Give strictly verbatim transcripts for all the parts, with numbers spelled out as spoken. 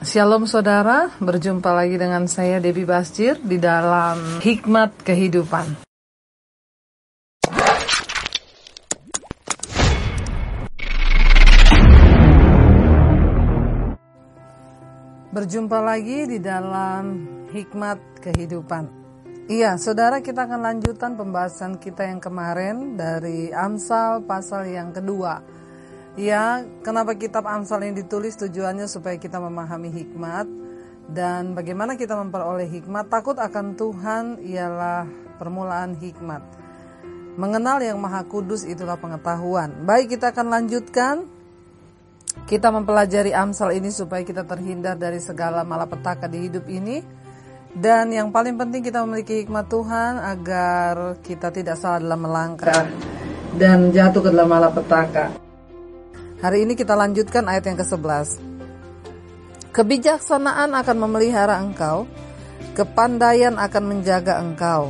Shalom saudara, berjumpa lagi dengan saya Debbie Basjir di dalam Hikmat Kehidupan. Berjumpa lagi di dalam Hikmat Kehidupan. Iya, saudara, kita akan lanjutkan pembahasan kita yang kemarin dari Amsal pasal yang kedua. Ya, kenapa kitab Amsal ini ditulis? Tujuannya supaya kita memahami hikmat dan bagaimana kita memperoleh hikmat. Takut akan Tuhan ialah permulaan hikmat. Mengenal yang Maha Kudus itulah pengetahuan. Baik, kita akan lanjutkan. Kita mempelajari Amsal ini supaya kita terhindar dari segala malapetaka di hidup ini. Dan yang paling penting, kita memiliki hikmat Tuhan agar kita tidak salah dalam melangkah dan jatuh ke dalam malapetaka. Hari ini kita lanjutkan ayat yang kesebelas. Kebijaksanaan akan memelihara engkau, kepandaian akan menjaga engkau.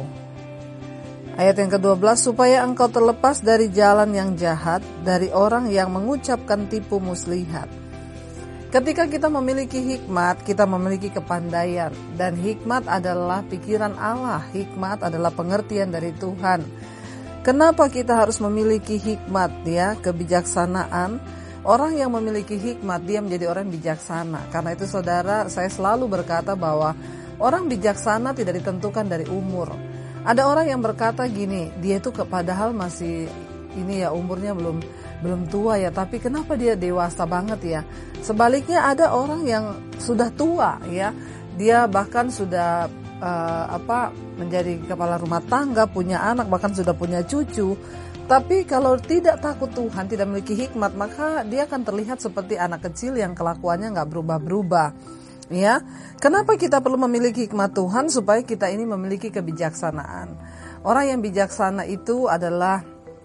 Ayat yang kedua belas, supaya engkau terlepas dari jalan yang jahat, dari orang yang mengucapkan tipu muslihat. Ketika kita memiliki hikmat, kita memiliki kepandaian. Dan hikmat adalah pikiran Allah, hikmat adalah pengertian dari Tuhan. Kenapa kita harus memiliki hikmat ya, kebijaksanaan? Orang yang memiliki hikmat, dia menjadi orang bijaksana. Karena itu saudara, saya selalu berkata bahwa orang bijaksana tidak ditentukan dari umur. Ada orang yang berkata gini, dia itu padahal masih ini ya umurnya belum belum tua ya, tapi kenapa dia dewasa banget ya? Sebaliknya ada orang yang sudah tua ya, dia bahkan sudah uh, apa menjadi kepala rumah tangga, punya anak, bahkan sudah punya cucu. Tapi kalau tidak takut Tuhan, tidak memiliki hikmat, maka dia akan terlihat seperti anak kecil yang kelakuannya nggak berubah-berubah. Ya, kenapa kita perlu memiliki hikmat Tuhan? Supaya kita ini memiliki kebijaksanaan. Orang yang bijaksana itu adalah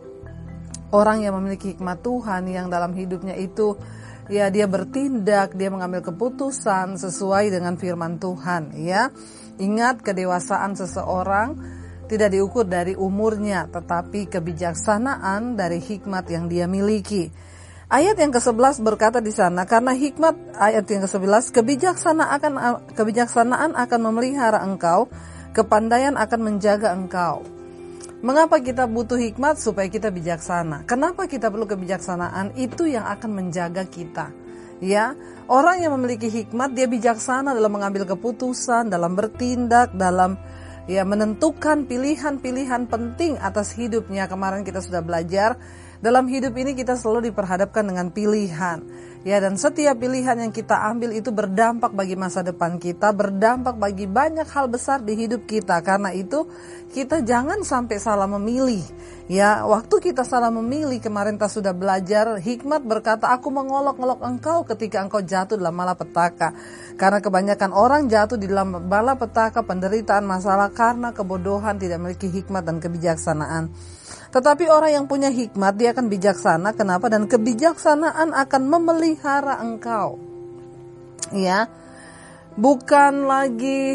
orang yang memiliki hikmat Tuhan, yang dalam hidupnya itu ya dia bertindak, dia mengambil keputusan sesuai dengan firman Tuhan. Ya, ingat, kedewasaan seseorang tidak diukur dari umurnya, tetapi kebijaksanaan dari hikmat yang dia miliki. Ayat yang kesebelas berkata di sana, karena hikmat, ayat yang kesebelas, kebijaksanaan akan kebijaksanaan akan memelihara engkau, kepandaian akan menjaga engkau. Mengapa kita butuh hikmat? Supaya kita bijaksana. Kenapa kita perlu kebijaksanaan? Itu yang akan menjaga kita. Ya, orang yang memiliki hikmat, dia bijaksana dalam mengambil keputusan, dalam bertindak, dalam ya menentukan pilihan-pilihan penting atas hidupnya. Kemarin kita sudah belajar, dalam hidup ini kita selalu diperhadapkan dengan pilihan. Ya, dan setiap pilihan yang kita ambil itu berdampak bagi masa depan kita, berdampak bagi banyak hal besar di hidup kita. Karena itu kita jangan sampai salah memilih. Ya, waktu kita salah memilih, kemarin kita sudah belajar, hikmat berkata, aku mengolok-olok engkau ketika engkau jatuh dalam malapetaka. Karena kebanyakan orang jatuh di dalam malapetaka, penderitaan, masalah karena kebodohan, tidak memiliki hikmat dan kebijaksanaan. Tetapi orang yang punya hikmat, dia akan bijaksana. Kenapa? Dan kebijaksanaan akan memelihara engkau. Ya, bukan lagi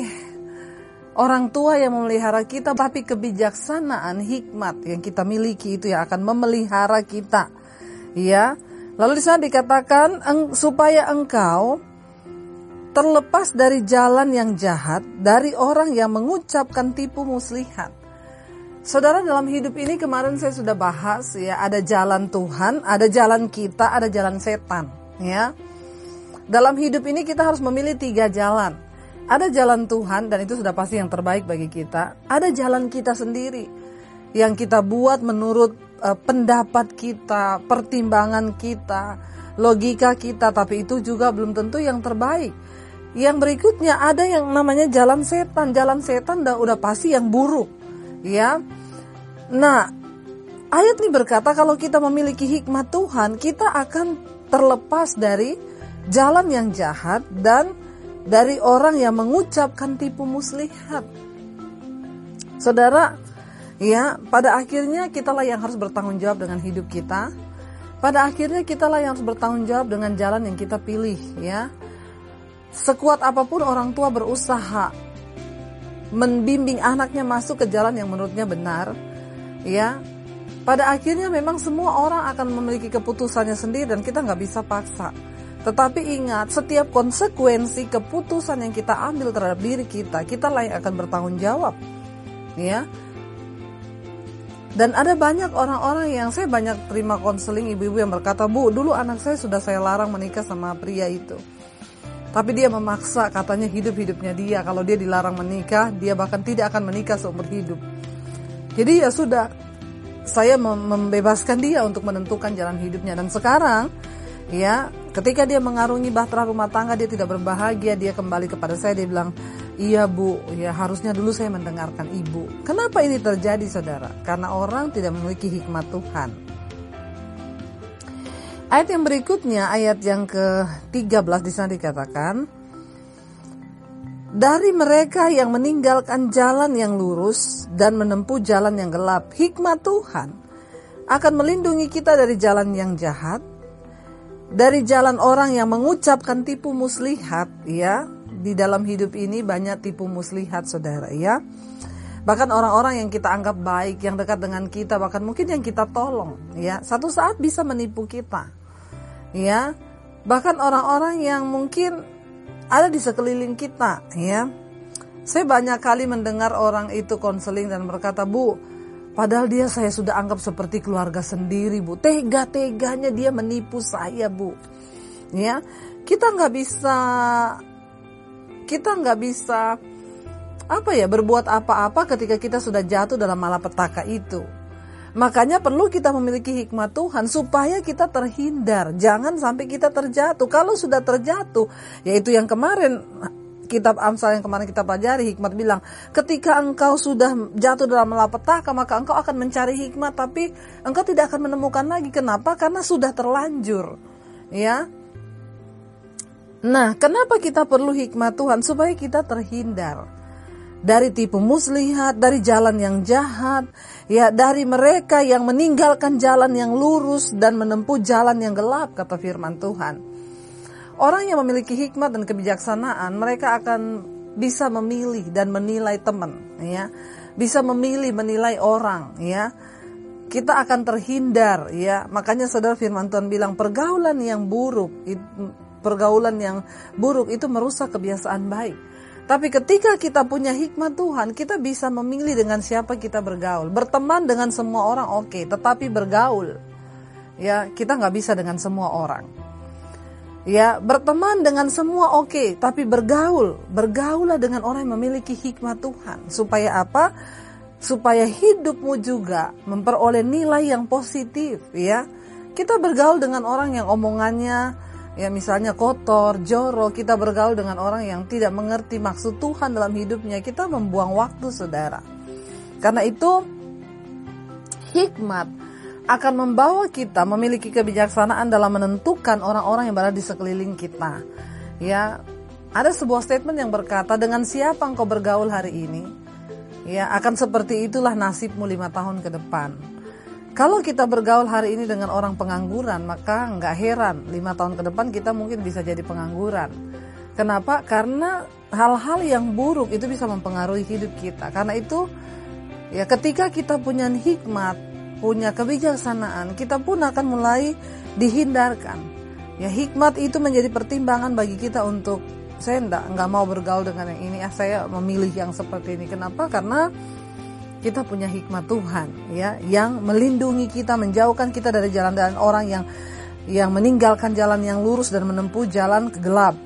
orang tua yang memelihara kita, tapi kebijaksanaan, hikmat yang kita miliki itu yang akan memelihara kita. Ya, lalu di sana dikatakan eng, supaya engkau terlepas dari jalan yang jahat, dari orang yang mengucapkan tipu muslihat. Saudara, dalam hidup ini kemarin saya sudah bahas ya, ada jalan Tuhan, ada jalan kita, ada jalan setan. Ya, dalam hidup ini kita harus memilih tiga jalan. Ada jalan Tuhan dan itu sudah pasti yang terbaik bagi kita. Ada jalan kita sendiri yang kita buat menurut uh, pendapat kita, pertimbangan kita, logika kita, tapi itu juga belum tentu yang terbaik. Yang berikutnya ada yang namanya jalan setan. Jalan setan udah, udah pasti yang buruk. Ya. Nah, ayat ini berkata kalau kita memiliki hikmat Tuhan, kita akan terlepas dari jalan yang jahat dan dari orang yang mengucapkan tipu muslihat. Saudara, ya, pada akhirnya kitalah yang harus bertanggung jawab dengan hidup kita. Pada akhirnya kitalah yang harus bertanggung jawab dengan jalan yang kita pilih, ya. Sekuat apapun orang tua berusaha membimbing anaknya masuk ke jalan yang menurutnya benar, ya, pada akhirnya memang semua orang akan memiliki keputusannya sendiri dan kita nggak bisa paksa. Tetapi ingat, setiap konsekuensi keputusan yang kita ambil terhadap diri kita, kita lah yang akan bertanggung jawab. Ya. Dan ada banyak orang-orang yang, saya banyak terima konseling ibu-ibu yang berkata, "Bu, dulu anak saya sudah saya larang menikah sama pria itu. Tapi dia memaksa, katanya hidup-hidupnya dia. Kalau dia dilarang menikah, dia bahkan tidak akan menikah seumur hidup. Jadi ya sudah, saya membebaskan dia untuk menentukan jalan hidupnya. Dan sekarang, ya, ketika dia mengarungi bahtera rumah tangga, dia tidak berbahagia, dia kembali kepada saya, dia bilang, 'Iya Bu, ya harusnya dulu saya mendengarkan Ibu.'" Kenapa ini terjadi, saudara? Karena orang tidak memiliki hikmat Tuhan. Ayat yang berikutnya, ayat yang ke tiga belas di sana dikatakan, "Dari mereka yang meninggalkan jalan yang lurus dan menempuh jalan yang gelap, hikmat Tuhan akan melindungi kita dari jalan yang jahat, dari jalan orang yang mengucapkan tipu muslihat." Ya, di dalam hidup ini banyak tipu muslihat, saudara, ya. Bahkan orang-orang yang kita anggap baik, yang dekat dengan kita, bahkan mungkin yang kita tolong, ya, satu saat bisa menipu kita. Ya, bahkan orang-orang yang mungkin ada di sekeliling kita, ya. Saya banyak kali mendengar orang itu konseling dan berkata, "Bu, padahal dia saya sudah anggap seperti keluarga sendiri, Bu. Tega-teganya dia menipu saya, Bu." Ya, kita nggak bisa, kita nggak bisa apa ya berbuat apa-apa ketika kita sudah jatuh dalam malapetaka itu. Makanya perlu kita memiliki hikmat Tuhan supaya kita terhindar, jangan sampai kita terjatuh. Kalau sudah terjatuh, yaitu yang kemarin kitab Amsal yang kemarin kita pelajari, hikmat bilang, ketika engkau sudah jatuh dalam malapetaka, maka engkau akan mencari hikmat, tapi engkau tidak akan menemukan lagi. Kenapa? Karena sudah terlanjur. Ya. Nah, kenapa kita perlu hikmat Tuhan? Supaya kita terhindar dari tipu muslihat, dari jalan yang jahat, ya, dari mereka yang meninggalkan jalan yang lurus dan menempuh jalan yang gelap, kata firman Tuhan. Orang yang memiliki hikmat dan kebijaksanaan, mereka akan bisa memilih dan menilai teman, ya, bisa memilih menilai orang, ya. Kita akan terhindar, ya. Makanya saudara, firman Tuhan bilang pergaulan yang buruk, pergaulan yang buruk itu merusak kebiasaan baik. Tapi ketika kita punya hikmat Tuhan, kita bisa memilih dengan siapa kita bergaul. Berteman dengan semua orang oke, okay, tetapi bergaul, ya, kita nggak bisa dengan semua orang. Ya, berteman dengan semua oke, okay, tapi bergaul, bergaullah dengan orang yang memiliki hikmat Tuhan. Supaya apa? Supaya hidupmu juga memperoleh nilai yang positif, ya. Kita bergaul dengan orang yang omongannya, ya, misalnya kotor, jorok, kita bergaul dengan orang yang tidak mengerti maksud Tuhan dalam hidupnya, kita membuang waktu, saudara. Karena itu, hikmat akan membawa kita memiliki kebijaksanaan dalam menentukan orang-orang yang berada di sekeliling kita. Ya, ada sebuah statement yang berkata, dengan siapa engkau bergaul hari ini, ya, akan seperti itulah nasibmu lima tahun ke depan. Kalau kita bergaul hari ini dengan orang pengangguran, maka nggak heran lima tahun ke depan kita mungkin bisa jadi pengangguran. Kenapa? Karena hal-hal yang buruk itu bisa mempengaruhi hidup kita. Karena itu, ya, ketika kita punya hikmat, punya kebijaksanaan, kita pun akan mulai dihindarkan. Ya, hikmat itu menjadi pertimbangan bagi kita untuk, saya nggak nggak mau bergaul dengan yang ini, saya memilih yang seperti ini. Kenapa? Karena kita punya hikmat Tuhan, ya, yang melindungi kita, menjauhkan kita dari jalan-jalan orang yang yang meninggalkan jalan yang lurus dan menempuh jalan gelap.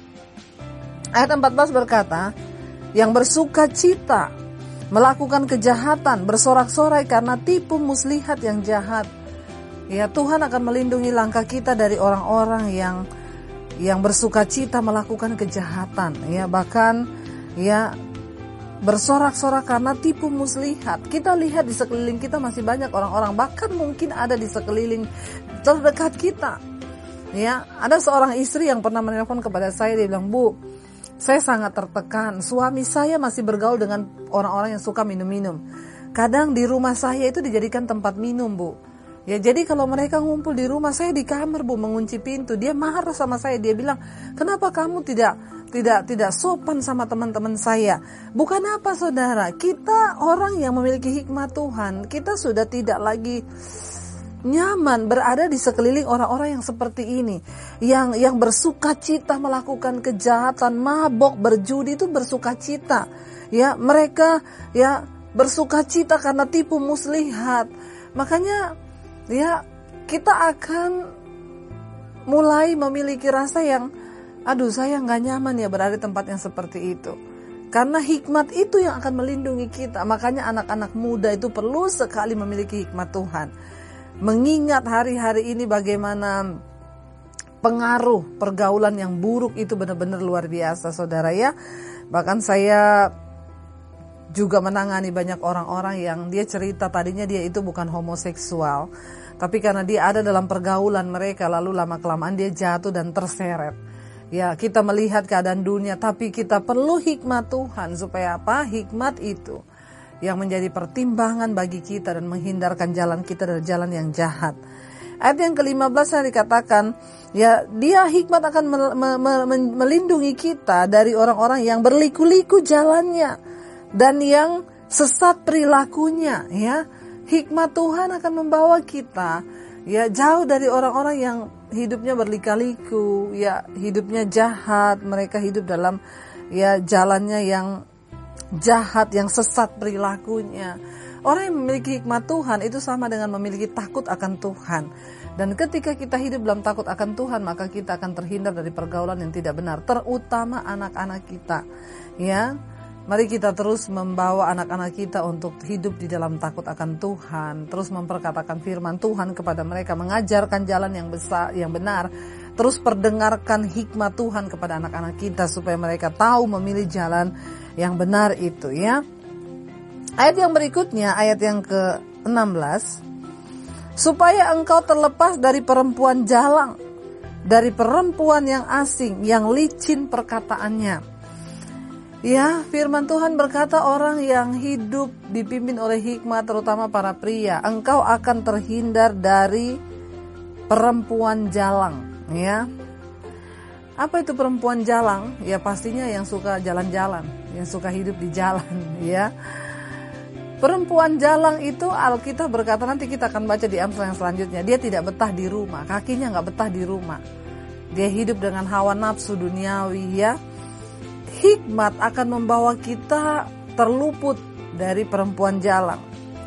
Ayat empat belas berkata, yang bersuka cita melakukan kejahatan, bersorak-sorai karena tipu muslihat yang jahat. Ya, Tuhan akan melindungi langkah kita dari orang-orang yang yang bersuka cita melakukan kejahatan, ya, bahkan, ya, bersorak-sorak karena tipu muslihat. Kita lihat di sekeliling kita masih banyak orang-orang, bahkan mungkin ada di sekeliling terdekat kita. Ya, ada seorang istri yang pernah menelpon kepada saya, dia bilang, "Bu, saya sangat tertekan. Suami saya masih bergaul dengan orang-orang yang suka minum-minum. Kadang di rumah saya itu dijadikan tempat minum, Bu. Ya, jadi kalau mereka ngumpul di rumah saya di kamar, Bu, mengunci pintu. Dia marah sama saya. Dia bilang, kenapa kamu tidak tidak tidak sopan sama teman-teman saya? Bukan apa, saudara. Kita orang yang memiliki hikmat Tuhan, kita sudah tidak lagi nyaman berada di sekeliling orang-orang yang seperti ini, yang yang bersukacita melakukan kejahatan, mabok, berjudi itu bersukacita. Ya, mereka ya bersukacita karena tipu muslihat. Makanya ya kita akan mulai memiliki rasa yang aduh, saya nggak nyaman ya berada di tempat yang seperti itu. Karena hikmat itu yang akan melindungi kita. Makanya anak-anak muda itu perlu sekali memiliki hikmat Tuhan. Mengingat hari-hari ini bagaimana pengaruh pergaulan yang buruk itu benar-benar luar biasa, saudara ya. Bahkan saya juga menangani banyak orang-orang yang dia cerita tadinya dia itu bukan homoseksual, tapi karena dia ada dalam pergaulan mereka, lalu lama-kelamaan dia jatuh dan terseret. Ya, kita melihat keadaan dunia, tapi kita perlu hikmat Tuhan. Supaya apa? Hikmat itu yang menjadi pertimbangan bagi kita dan menghindarkan jalan kita dari jalan yang jahat. Ayat yang kelima belas saya dikatakan, ya dia hikmat akan me, me, me, melindungi kita dari orang-orang yang berliku-liku jalannya dan yang sesat perilakunya. Ya, hikmat Tuhan akan membawa kita ya jauh dari orang-orang yang hidupnya berlika-liku, ya hidupnya jahat, mereka hidup dalam ya jalannya yang jahat, yang sesat perilakunya. Orang yang memiliki hikmat Tuhan itu sama dengan memiliki takut akan Tuhan. Dan ketika kita hidup dalam takut akan Tuhan, maka kita akan terhindar dari pergaulan yang tidak benar, terutama anak-anak kita. Ya, mari kita terus membawa anak-anak kita untuk hidup di dalam takut akan Tuhan, terus memperkatakan firman Tuhan kepada mereka, mengajarkan jalan yang besar, yang benar, terus perdengarkan hikmat Tuhan kepada anak-anak kita supaya mereka tahu memilih jalan yang benar itu ya. Ayat yang berikutnya, ayat yang ke enam belas. Supaya engkau terlepas dari perempuan jalang, dari perempuan yang asing, yang licin perkataannya. Ya, firman Tuhan berkata orang yang hidup dipimpin oleh hikmat, terutama para pria, engkau akan terhindar dari perempuan jalang. Ya, apa itu perempuan jalang? Ya pastinya yang suka jalan-jalan, yang suka hidup di jalan. Ya, perempuan jalang itu Alkitab berkata, nanti kita akan baca di Amsal yang selanjutnya, dia tidak betah di rumah, kakinya nggak betah di rumah, dia hidup dengan hawa nafsu duniawi. Ya, hikmat akan membawa kita terluput dari perempuan jalang.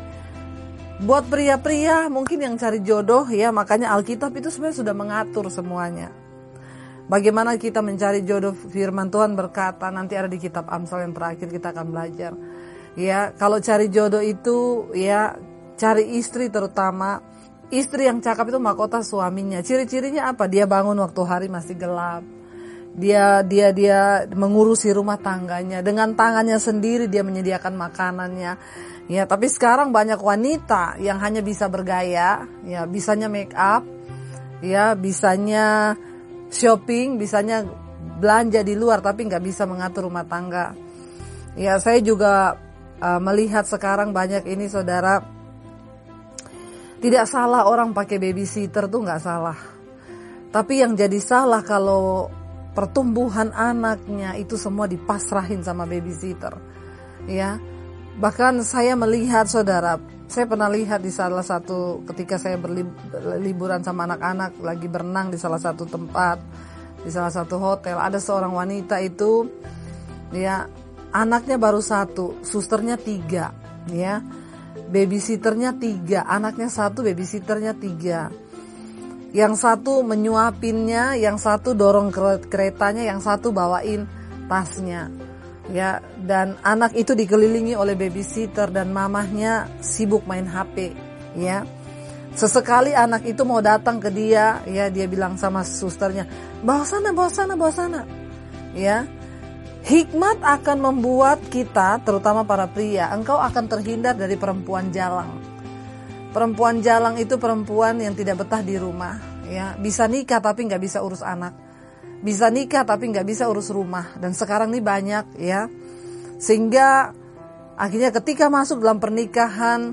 Buat pria-pria mungkin yang cari jodoh ya, makanya Alkitab itu sebenarnya sudah mengatur semuanya. Bagaimana kita mencari jodoh, firman Tuhan berkata, nanti ada di kitab Amsal yang terakhir kita akan belajar. Ya, kalau cari jodoh itu ya cari istri, terutama istri yang cakap itu mahkota suaminya. Ciri-cirinya apa? Dia bangun waktu hari masih gelap. Dia dia dia mengurusi rumah tangganya dengan tangannya sendiri, dia menyediakan makanannya. Ya, tapi sekarang banyak wanita yang hanya bisa bergaya, ya, bisanya make up, ya, bisanya shopping, bisanya belanja di luar, tapi nggak bisa mengatur rumah tangga. Ya, saya juga uh, melihat sekarang banyak ini, saudara. Tidak salah orang pakai babysitter tuh, nggak salah. Tapi yang jadi salah kalau pertumbuhan anaknya itu semua dipasrahin sama babysitter. Ya, bahkan saya melihat, saudara, saya pernah lihat di salah satu ketika saya berliburan sama anak-anak lagi berenang di salah satu tempat, di salah satu hotel, ada seorang wanita itu, ya, anaknya baru satu, susternya tiga, ya, babysitternya tiga, anaknya satu, babysitternya tiga. Yang satu menyuapinnya, yang satu dorong keretanya, yang satu bawain tasnya. Ya, dan anak itu dikelilingi oleh babysitter dan mamahnya sibuk main H P, ya. Sesekali anak itu mau datang ke dia, ya, dia bilang sama susternya, "Bawa sana, bawa sana, bawa sana." Ya. Hikmat akan membuat kita, terutama para pria, engkau akan terhindar dari perempuan jalang. Perempuan jalang itu perempuan yang tidak betah di rumah, ya. Bisa nikah tapi nggak bisa urus anak. Bisa nikah tapi nggak bisa urus rumah, dan sekarang ini banyak, ya, sehingga akhirnya ketika masuk dalam pernikahan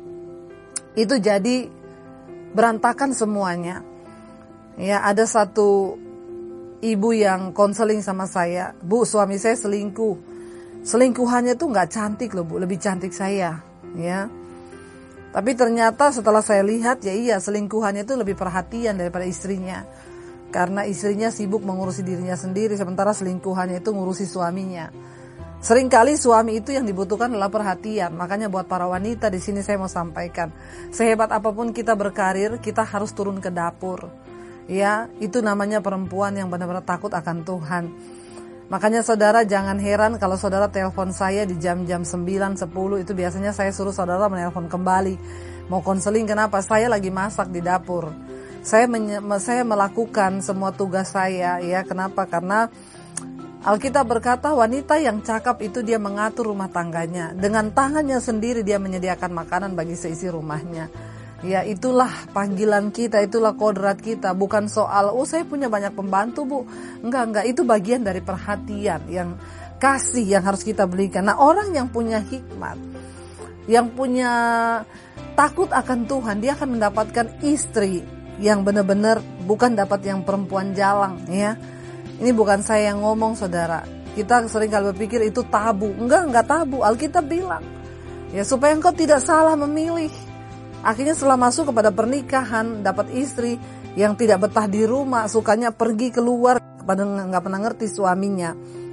itu jadi berantakan semuanya. Ya, ada satu ibu yang konseling sama saya, "Bu, suami saya selingkuh, selingkuhannya tuh nggak cantik loh, Bu, lebih cantik saya." Ya, Tapi ternyata setelah saya lihat, ya iya, selingkuhannya itu lebih perhatian daripada istrinya. Karena istrinya sibuk mengurusi dirinya sendiri, sementara selingkuhannya itu ngurusi suaminya. Seringkali suami itu yang dibutuhkan adalah perhatian. Makanya buat para wanita di sini saya mau sampaikan, sehebat apapun kita berkarir, kita harus turun ke dapur. Ya, itu namanya perempuan yang benar-benar takut akan Tuhan. Makanya saudara jangan heran kalau saudara telepon saya di jam-jam sembilan, sepuluh, itu biasanya saya suruh saudara menelpon kembali. Mau konseling, kenapa? Saya lagi masak di dapur. Saya menye- saya melakukan semua tugas saya, ya. Kenapa? Karena Alkitab berkata wanita yang cakap itu dia mengatur rumah tangganya. Dengan tangannya sendiri dia menyediakan makanan bagi seisi rumahnya. Ya, itulah panggilan kita, itulah kodrat kita. Bukan soal, oh saya punya banyak pembantu bu. Enggak, enggak, itu bagian dari perhatian, yang kasih yang harus kita berikan. Nah, orang yang punya hikmat, yang punya takut akan Tuhan, dia akan mendapatkan istri yang benar-benar, bukan dapat yang perempuan jalang, ya. Ini bukan saya yang ngomong, saudara. Kita sering kali berpikir itu tabu. Enggak, enggak tabu. Alkitab bilang, ya, supaya engkau tidak salah memilih. Akhirnya setelah masuk kepada pernikahan, dapat istri yang tidak betah di rumah, sukanya pergi keluar, pada nggak pernah ngerti suaminya.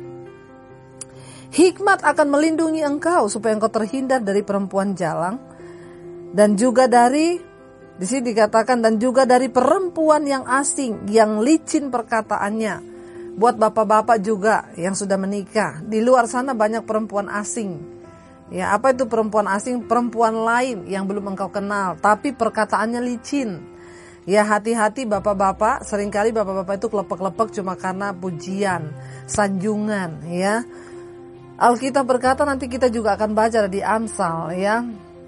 Hikmat akan melindungi engkau supaya engkau terhindar dari perempuan jalang, dan juga dari, di sini dikatakan, dan juga dari perempuan yang asing, yang licin perkataannya. Buat bapak-bapak juga yang sudah menikah, di luar sana banyak perempuan asing. Ya, apa itu perempuan asing? Perempuan lain yang belum engkau kenal, tapi perkataannya licin. Ya, hati-hati bapak-bapak, seringkali bapak-bapak itu kelepek-kelepek cuma karena pujian, sanjungan, ya. Alkitab berkata, nanti kita juga akan baca di Amsal, ya.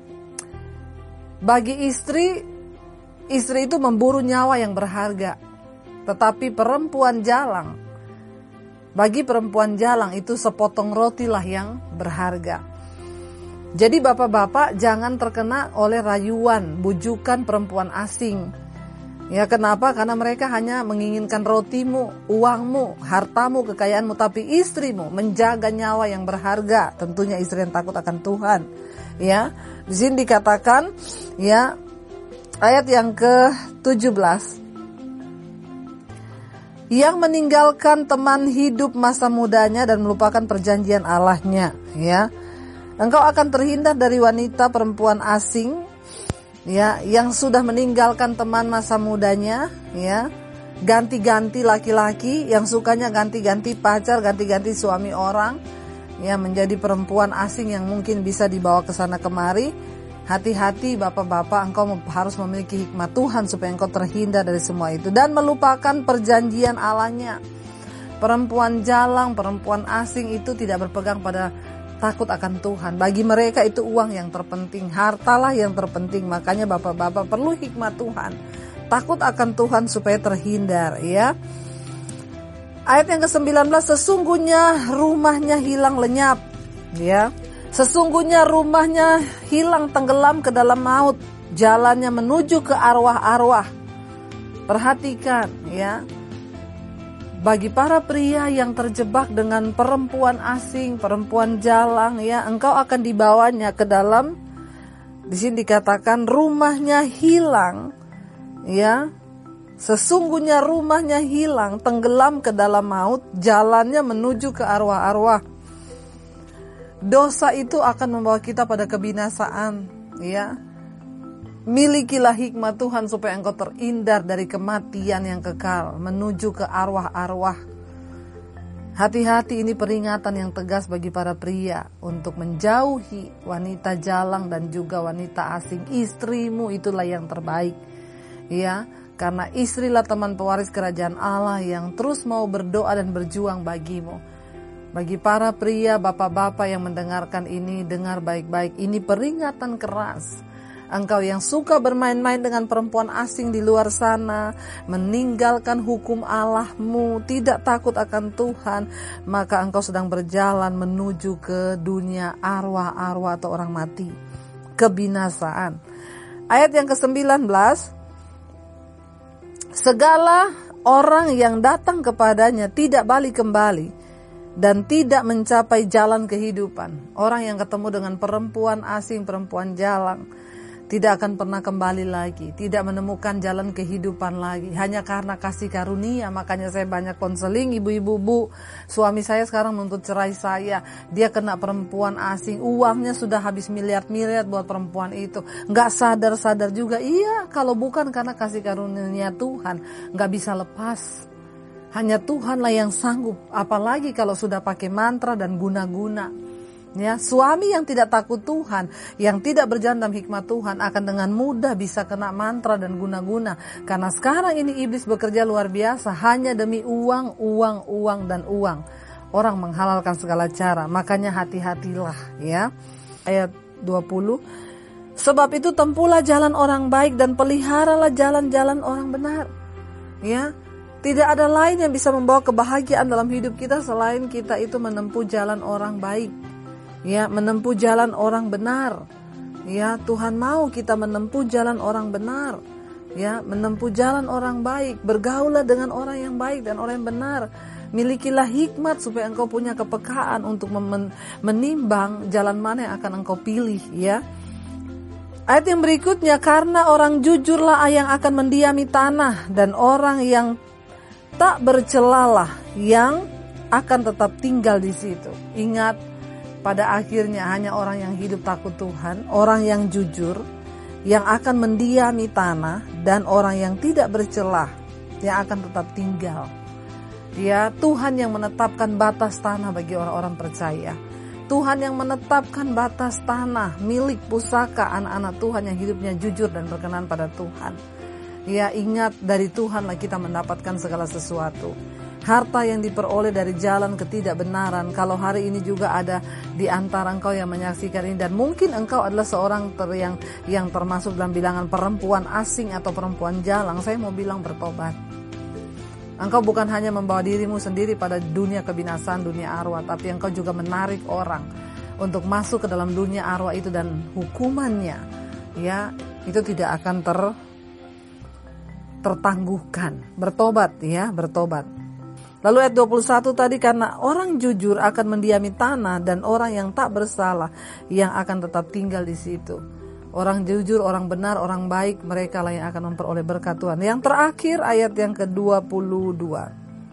Bagi istri, istri itu memburu nyawa yang berharga. Tetapi perempuan jalang, bagi perempuan jalang itu sepotong roti lah yang berharga. Jadi bapak-bapak jangan terkena oleh rayuan, bujukan perempuan asing. Ya, kenapa? Karena mereka hanya menginginkan rotimu, uangmu, hartamu, kekayaanmu. Tapi istrimu menjaga nyawa yang berharga. Tentunya istri yang takut akan Tuhan. Ya, di sini dikatakan, ya, ayat yang ke tujuh belas. Yang meninggalkan teman hidup masa mudanya dan melupakan perjanjian Allahnya, ya. Engkau akan terhindar dari wanita perempuan asing, ya, yang sudah meninggalkan teman masa mudanya, ya, ganti-ganti laki-laki, yang sukanya ganti-ganti pacar, ganti-ganti suami orang, ya, menjadi perempuan asing yang mungkin bisa dibawa ke sana kemari. Hati-hati bapak-bapak, engkau harus memiliki hikmat Tuhan supaya engkau terhindar dari semua itu dan melupakan perjanjian Allahnya. Perempuan jalang, perempuan asing itu tidak berpegang pada takut akan Tuhan. Bagi mereka itu uang yang terpenting, hartalah yang terpenting. Makanya bapak-bapak perlu hikmat Tuhan, takut akan Tuhan supaya terhindar, ya. Ayat yang ke sembilan belas, sesungguhnya rumahnya hilang lenyap, ya. Sesungguhnya rumahnya hilang tenggelam ke dalam maut, jalannya menuju ke arwah-arwah. Perhatikan, ya. Bagi para pria yang terjebak dengan perempuan asing, perempuan jalang, ya, engkau akan dibawanya ke dalam, di sini dikatakan rumahnya hilang, ya. Sesungguhnya rumahnya hilang, tenggelam ke dalam maut, jalannya menuju ke arwah-arwah. Dosa itu akan membawa kita pada kebinasaan, ya. Milikilah hikmat Tuhan supaya engkau terhindar dari kematian yang kekal, menuju ke arwah-arwah. Hati-hati, ini peringatan yang tegas bagi para pria untuk menjauhi wanita jalang dan juga wanita asing. Istrimu itulah yang terbaik, ya, karena istrilah teman pewaris kerajaan Allah yang terus mau berdoa dan berjuang bagimu. Bagi para pria, bapak-bapak yang mendengarkan ini, dengar baik-baik, ini peringatan keras. Engkau yang suka bermain-main dengan perempuan asing di luar sana, meninggalkan hukum Allahmu, tidak takut akan Tuhan, maka engkau sedang berjalan menuju ke dunia arwah-arwah atau orang mati, kebinasaan. Ayat yang ke sembilan belas, segala orang yang datang kepadanya tidak balik kembali dan tidak mencapai jalan kehidupan. Orang yang ketemu dengan perempuan asing, perempuan jalang, tidak akan pernah kembali lagi, tidak menemukan jalan kehidupan lagi, hanya karena kasih karunia. Makanya saya banyak konseling ibu-ibu, bu, suami saya sekarang menuntut cerai saya, dia kena perempuan asing, uangnya sudah habis miliar-miliar buat perempuan itu, nggak sadar-sadar juga, iya kalau bukan karena kasih karunia Tuhan, nggak bisa lepas. Hanya Tuhanlah yang sanggup, apalagi kalau sudah pakai mantra dan guna-guna. Ya, suami yang tidak takut Tuhan, yang tidak berjalan dalam hikmat Tuhan akan dengan mudah bisa kena mantra dan guna-guna. Karena sekarang ini iblis bekerja luar biasa hanya demi uang, uang, uang, dan uang. Orang menghalalkan segala cara, makanya hati-hatilah ya. Ayat dua puluh, sebab itu tempuhlah jalan orang baik dan peliharalah jalan-jalan orang benar. Ya, tidak ada lain yang bisa membawa kebahagiaan dalam hidup kita selain kita itu menempuh jalan orang baik. Ya, menempuh jalan orang benar. Ya, Tuhan mau kita menempuh jalan orang benar. Ya, menempuh jalan orang baik. Bergaulah dengan orang yang baik dan orang yang benar. Milikilah hikmat supaya engkau punya kepekaan untuk men- menimbang jalan mana yang akan engkau pilih. Ya. Ayat yang berikutnya, karena orang jujurlah yang akan mendiami tanah, dan orang yang tak bercelalah yang akan tetap tinggal di situ. Ingat, pada akhirnya hanya orang yang hidup takut Tuhan, orang yang jujur, yang akan mendiami tanah, dan orang yang tidak bercelah, yang akan tetap tinggal. Ya, Tuhan yang menetapkan batas tanah bagi orang-orang percaya. Tuhan yang menetapkan batas tanah milik pusaka anak-anak Tuhan yang hidupnya jujur dan berkenan pada Tuhan. Ya, ingat, dari Tuhanlah kita mendapatkan segala sesuatu. Harta yang diperoleh dari jalan ketidakbenaran. Kalau hari ini juga ada di antara engkau yang menyaksikan ini, dan mungkin engkau adalah seorang ter yang yang termasuk dalam bilangan perempuan asing atau perempuan jalang, saya mau bilang bertobat. Engkau bukan hanya membawa dirimu sendiri pada dunia kebinasaan, dunia arwah, tapi engkau juga menarik orang untuk masuk ke dalam dunia arwah itu, dan hukumannya ya itu tidak akan ter tertangguhkan. Bertobat ya, bertobat. Lalu ayat dua puluh satu tadi, karena orang jujur akan mendiami tanah, dan orang yang tak bersalah yang akan tetap tinggal di situ. Orang jujur, orang benar, orang baik, mereka lah yang akan memperoleh berkat Tuhan. Yang terakhir ayat yang ke dua puluh dua.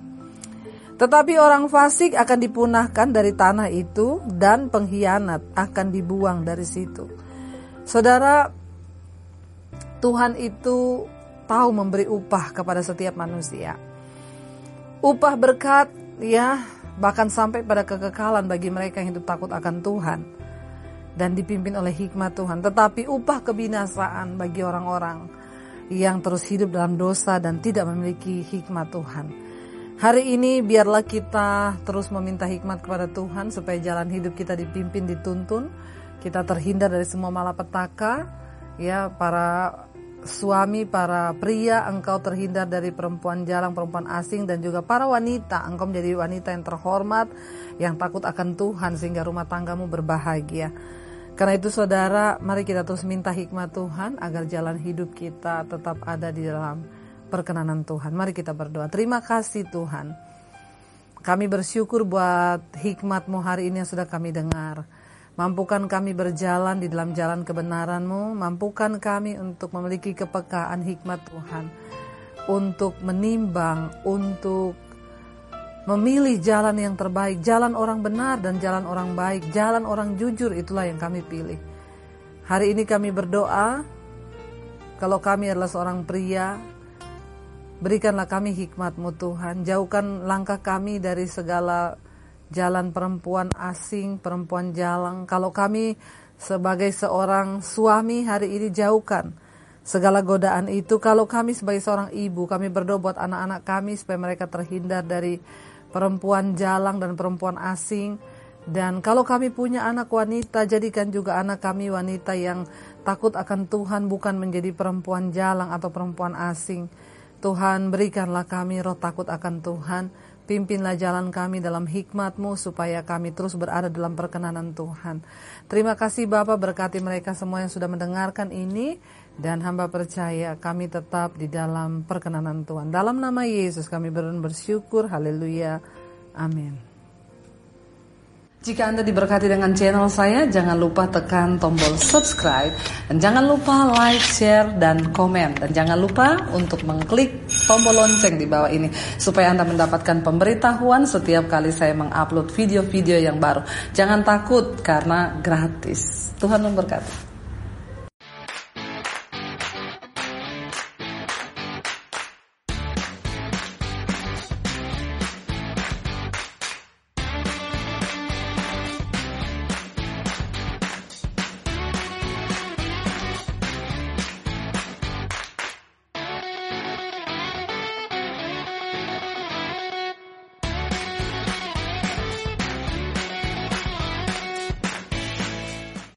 Tetapi orang fasik akan dipunahkan dari tanah itu, dan pengkhianat akan dibuang dari situ. Saudara, Tuhan itu tahu memberi upah kepada setiap manusia. Upah berkat ya, bahkan sampai pada kekekalan bagi mereka yang hidup takut akan Tuhan dan dipimpin oleh hikmat Tuhan. Tetapi upah kebinasaan bagi orang-orang yang terus hidup dalam dosa dan tidak memiliki hikmat Tuhan. Hari ini biarlah kita terus meminta hikmat kepada Tuhan supaya jalan hidup kita dipimpin, dituntun, kita terhindar dari semua malapetaka. Ya, para suami, para pria, engkau terhindar dari perempuan jalang, perempuan asing, dan juga para wanita, engkau menjadi wanita yang terhormat, yang takut akan Tuhan, sehingga rumah tanggamu berbahagia. Karena itu saudara, mari kita terus minta hikmat Tuhan agar jalan hidup kita tetap ada di dalam perkenanan Tuhan. Mari kita berdoa. Terima kasih Tuhan, kami bersyukur buat hikmat-Mu hari ini yang sudah kami dengar. Mampukan kami berjalan di dalam jalan kebenaran-Mu. Mampukan kami untuk memiliki kepekaan hikmat Tuhan, untuk menimbang, untuk memilih jalan yang terbaik, jalan orang benar dan jalan orang baik, jalan orang jujur, itulah yang kami pilih. Hari ini kami berdoa, kalau kami adalah seorang pria, berikanlah kami hikmat-Mu Tuhan. Jauhkan langkah kami dari segala jalan perempuan asing, perempuan jalang. Kalau kami sebagai seorang suami hari ini, jauhkan segala godaan itu. Kalau kami sebagai seorang ibu, kami berdoa buat anak-anak kami supaya mereka terhindar dari perempuan jalang dan perempuan asing. Dan kalau kami punya anak wanita, jadikan juga anak kami wanita yang takut akan Tuhan, bukan menjadi perempuan jalang atau perempuan asing. Tuhan, berikanlah kami roh takut akan Tuhan. Pimpinlah jalan kami dalam hikmat-Mu supaya kami terus berada dalam perkenanan Tuhan. Terima kasih Bapa, berkati mereka semua yang sudah mendengarkan ini, dan hamba percaya kami tetap di dalam perkenanan Tuhan. Dalam nama Yesus kami bersyukur, haleluya, amin. Jika Anda diberkati dengan channel saya, jangan lupa tekan tombol subscribe, dan jangan lupa like, share, dan komen, dan jangan lupa untuk mengklik tombol lonceng di bawah ini supaya Anda mendapatkan pemberitahuan setiap kali saya mengupload video-video yang baru. Jangan takut karena gratis. Tuhan memberkati.